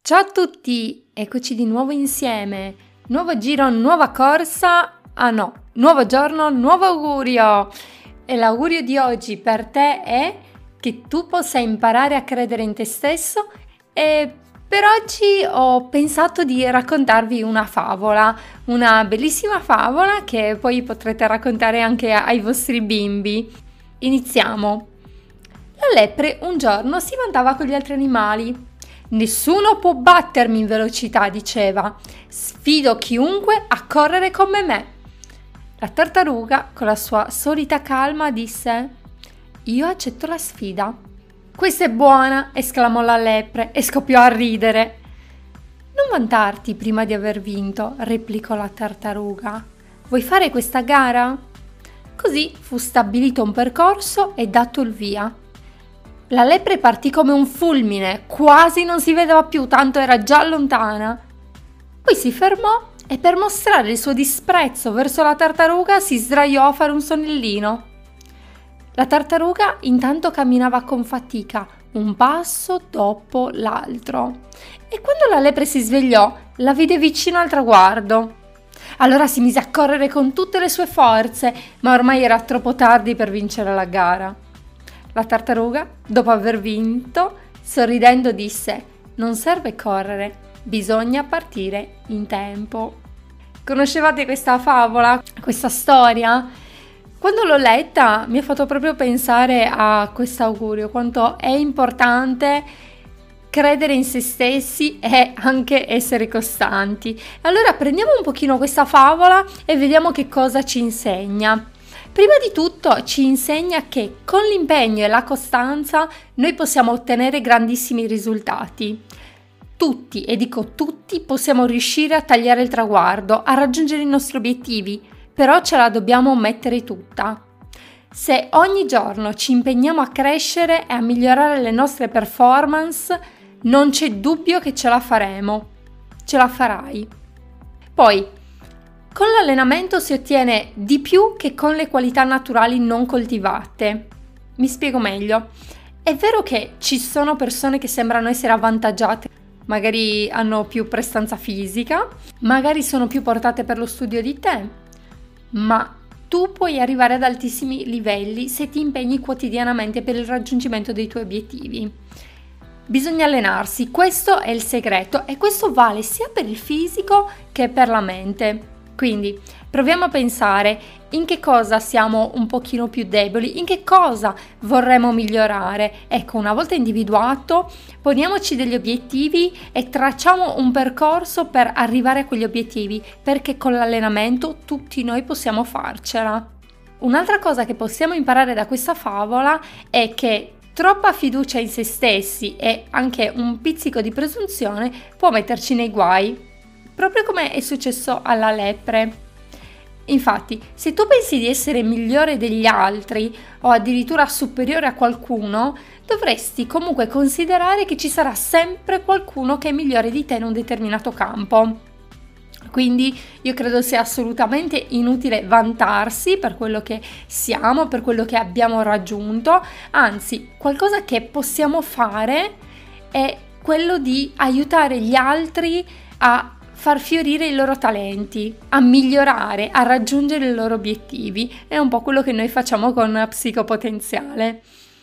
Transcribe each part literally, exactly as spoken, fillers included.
Ciao a tutti, eccoci di nuovo insieme. Nuovo giro, nuova corsa. Ah no, nuovo giorno, nuovo augurio. E l'augurio di oggi per te è che tu possa imparare a credere in te stesso. E per oggi ho pensato di raccontarvi una favola, una bellissima favola che poi potrete raccontare anche ai vostri bimbi. Iniziamo. La lepre un giorno si vantava con gli altri animali. Nessuno può battermi in velocità, diceva. Sfido chiunque a correre come me. La tartaruga, con la sua solita calma, disse: Io accetto la sfida. Questa è buona, esclamò la lepre e scoppiò a ridere. Non vantarti prima di aver vinto, replicò la tartaruga. Vuoi fare questa gara? Così fu stabilito un percorso e dato il via. La lepre partì come un fulmine, quasi non si vedeva più, tanto era già lontana. Poi si fermò e per mostrare il suo disprezzo verso la tartaruga si sdraiò a fare un sonnellino. La tartaruga intanto camminava con fatica, un passo dopo l'altro. E quando la lepre si svegliò, la vide vicino al traguardo. Allora si mise a correre con tutte le sue forze, ma ormai era troppo tardi per vincere la gara. La tartaruga, dopo aver vinto, sorridendo disse: Non serve correre, bisogna partire in tempo. Conoscevate questa favola, questa storia? Quando l'ho letta mi ha fatto proprio pensare a questo augurio, quanto è importante credere in se stessi e anche essere costanti. Allora prendiamo un pochino questa favola e vediamo che cosa ci insegna. Prima di tutto ci insegna che con l'impegno e la costanza noi possiamo ottenere grandissimi risultati. Tutti, e dico tutti, possiamo riuscire a tagliare il traguardo, a raggiungere i nostri obiettivi, però ce la dobbiamo mettere tutta. Se ogni giorno ci impegniamo a crescere e a migliorare le nostre performance, non c'è dubbio che ce la faremo. Ce la farai. Poi, con l'allenamento si ottiene di più che con le qualità naturali non coltivate. Mi spiego meglio. È vero che ci sono persone che sembrano essere avvantaggiate, magari hanno più prestanza fisica, magari sono più portate per lo studio di te, ma tu puoi arrivare ad altissimi livelli se ti impegni quotidianamente per il raggiungimento dei tuoi obiettivi. Bisogna allenarsi, questo è il segreto e questo vale sia per il fisico che per la mente. Quindi proviamo a pensare in che cosa siamo un pochino più deboli, in che cosa vorremmo migliorare. Ecco, una volta individuato, poniamoci degli obiettivi e tracciamo un percorso per arrivare a quegli obiettivi, perché con l'allenamento tutti noi possiamo farcela. Un'altra cosa che possiamo imparare da questa favola è che troppa fiducia in se stessi e anche un pizzico di presunzione può metterci nei guai. Proprio come è successo alla lepre. Infatti, se tu pensi di essere migliore degli altri o addirittura superiore a qualcuno, dovresti comunque considerare che ci sarà sempre qualcuno che è migliore di te in un determinato campo. Quindi io credo sia assolutamente inutile vantarsi per quello che siamo, per quello che abbiamo raggiunto, anzi, qualcosa che possiamo fare è quello di aiutare gli altri a far fiorire i loro talenti, a migliorare, a raggiungere i loro obiettivi. È un po' quello che noi facciamo con Psicopotenziale.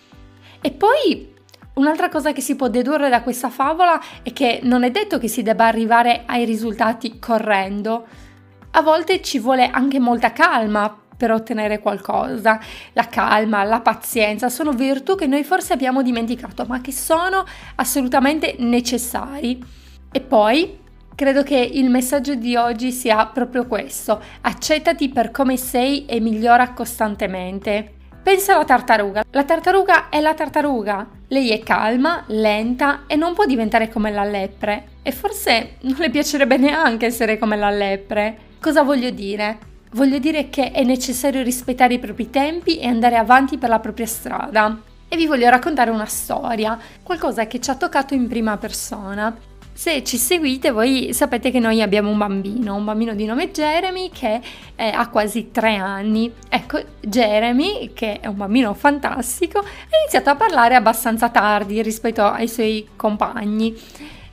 E poi un'altra cosa che si può dedurre da questa favola è che non è detto che si debba arrivare ai risultati correndo. A volte ci vuole anche molta calma per ottenere qualcosa. La calma, la pazienza sono virtù che noi forse abbiamo dimenticato, ma che sono assolutamente necessari. E poi credo che il messaggio di oggi sia proprio questo: accettati per come sei e migliora costantemente. Pensa alla tartaruga. La tartaruga è la tartaruga. Lei è calma, lenta e non può diventare come la lepre. E forse non le piacerebbe neanche essere come la lepre. Cosa voglio dire? Voglio dire che è necessario rispettare i propri tempi e andare avanti per la propria strada. E vi voglio raccontare una storia, qualcosa che ci ha toccato in prima persona. Se ci seguite voi sapete che noi abbiamo un bambino, un bambino di nome Jeremy che eh, ha quasi tre anni. Ecco, Jeremy, che è un bambino fantastico, ha iniziato a parlare abbastanza tardi rispetto ai suoi compagni.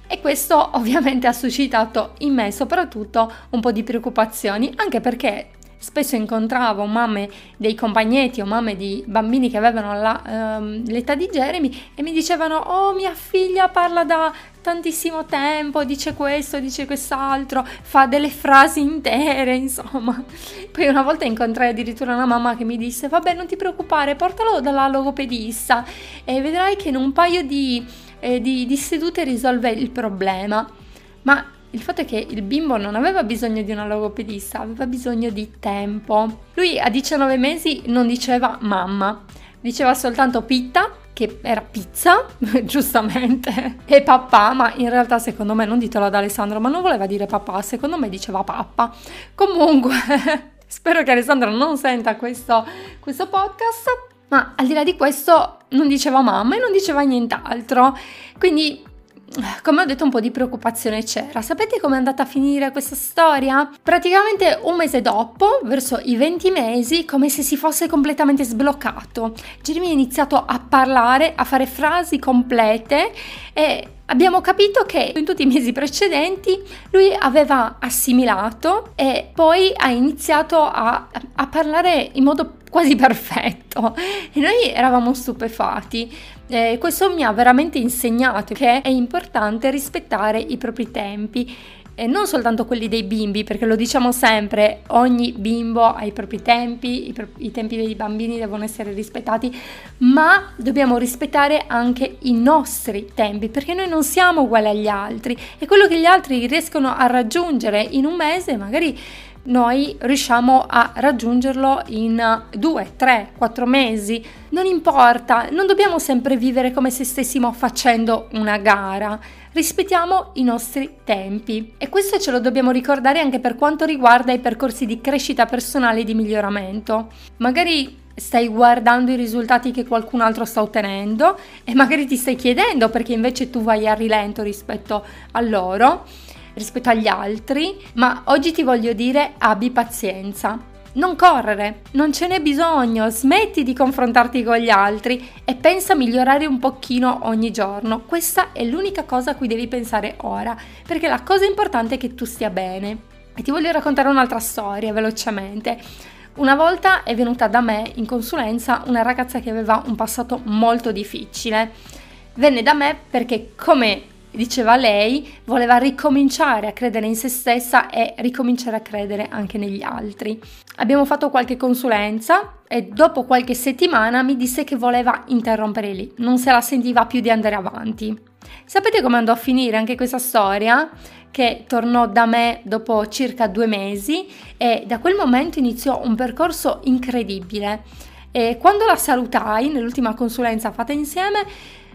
E questo ovviamente ha suscitato in me soprattutto un po' di preoccupazioni, anche perché spesso incontravo mamme dei compagnetti o mamme di bambini che avevano la, um, l'età di Jeremy e mi dicevano: oh, mia figlia parla da tantissimo tempo, dice questo, dice quest'altro, fa delle frasi intere, insomma. Poi una volta incontrai addirittura una mamma che mi disse: vabbè, non ti preoccupare, portalo dalla logopedista e vedrai che in un paio di, eh, di, di sedute risolve il problema. Ma il fatto è che il bimbo non aveva bisogno di una logopedista, aveva bisogno di tempo. Lui a diciannove mesi non diceva mamma, diceva soltanto pitta, che era pizza, giustamente, e papà, ma in realtà secondo me, non ditelo ad Alessandro, ma non voleva dire papà, secondo me diceva pappa. Comunque, spero che Alessandro non senta questo, questo podcast, ma al di là di questo non diceva mamma e non diceva nient'altro, quindi come ho detto un po' di preoccupazione c'era. Sapete com'è andata a finire questa storia? Praticamente un mese dopo, verso i venti mesi, come se si fosse completamente sbloccato. Jeremy ha iniziato a parlare, a fare frasi complete e abbiamo capito che in tutti i mesi precedenti lui aveva assimilato e poi ha iniziato a, a parlare in modo quasi perfetto e noi eravamo stupefatti. Eh, questo mi ha veramente insegnato che è importante rispettare i propri tempi, e non soltanto quelli dei bimbi, perché lo diciamo sempre, ogni bimbo ha i propri tempi, i, pro- i tempi dei bambini devono essere rispettati, ma dobbiamo rispettare anche i nostri tempi, perché noi non siamo uguali agli altri e quello che gli altri riescono a raggiungere in un mese magari noi riusciamo a raggiungerlo in due, tre, quattro mesi. Non importa, non dobbiamo sempre vivere come se stessimo facendo una gara. Rispettiamo i nostri tempi e questo ce lo dobbiamo ricordare anche per quanto riguarda i percorsi di crescita personale e di miglioramento. Magari stai guardando i risultati che qualcun altro sta ottenendo e magari ti stai chiedendo perché invece tu vai a rilento rispetto a loro, rispetto agli altri, ma oggi ti voglio dire: abbi pazienza, non correre, non ce n'è bisogno, smetti di confrontarti con gli altri e pensa a migliorare un pochino ogni giorno. Questa è l'unica cosa a cui devi pensare ora, perché la cosa importante è che tu stia bene. E ti voglio raccontare un'altra storia velocemente. Una volta è venuta da me in consulenza una ragazza che aveva un passato molto difficile. Venne da me perché, come diceva lei, voleva ricominciare a credere in se stessa e ricominciare a credere anche negli altri. Abbiamo fatto qualche consulenza e dopo qualche settimana mi disse che voleva interrompere lì, non se la sentiva più di andare avanti. Sapete come andò a finire anche questa storia? Che tornò da me dopo circa due mesi e da quel momento iniziò un percorso incredibile. E quando la salutai nell'ultima consulenza fatta insieme,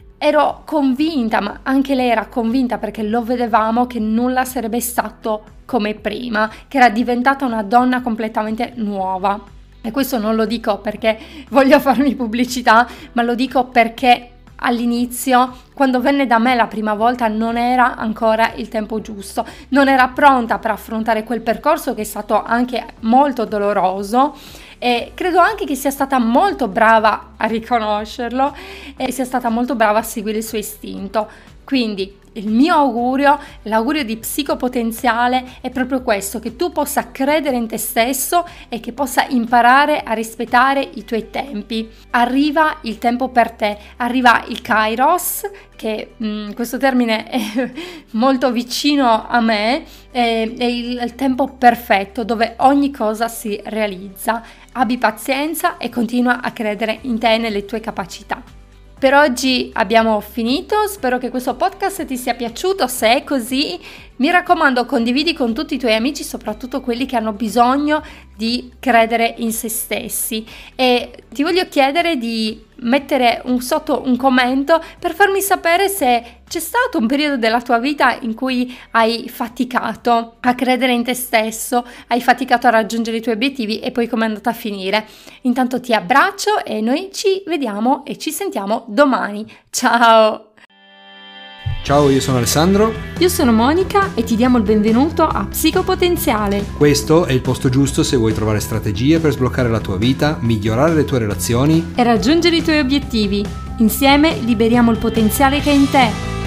ero convinta, ma anche lei era convinta perché lo vedevamo, che nulla sarebbe stato come prima, che era diventata una donna completamente nuova. E questo non lo dico perché voglio farmi pubblicità, ma lo dico perché all'inizio, quando venne da me la prima volta, non era ancora il tempo giusto, non era pronta per affrontare quel percorso che è stato anche molto doloroso. E credo anche che sia stata molto brava a riconoscerlo e sia stata molto brava a seguire il suo istinto. Quindi il mio augurio, l'augurio di Psicopotenziale è proprio questo: che tu possa credere in te stesso e che possa imparare a rispettare i tuoi tempi. Arriva il tempo per te, arriva il Kairos, che mh, questo termine è molto vicino a me, è, è il, il tempo perfetto dove ogni cosa si realizza. Abbi pazienza e continua a credere in te e nelle tue capacità. Per oggi abbiamo finito, spero che questo podcast ti sia piaciuto. Se è così, mi raccomando, condividi con tutti i tuoi amici, soprattutto quelli che hanno bisogno di credere in se stessi, e ti voglio chiedere di mettere un, sotto un commento per farmi sapere se c'è stato un periodo della tua vita in cui hai faticato a credere in te stesso, hai faticato a raggiungere i tuoi obiettivi e poi com'è andata a finire. Intanto ti abbraccio e noi ci vediamo e ci sentiamo domani. Ciao! Ciao, io sono Alessandro. Io sono Monica e ti diamo il benvenuto a Psicopotenziale. Questo è il posto giusto se vuoi trovare strategie per sbloccare la tua vita, migliorare le tue relazioni e raggiungere i tuoi obiettivi. Insieme liberiamo il potenziale che è in te.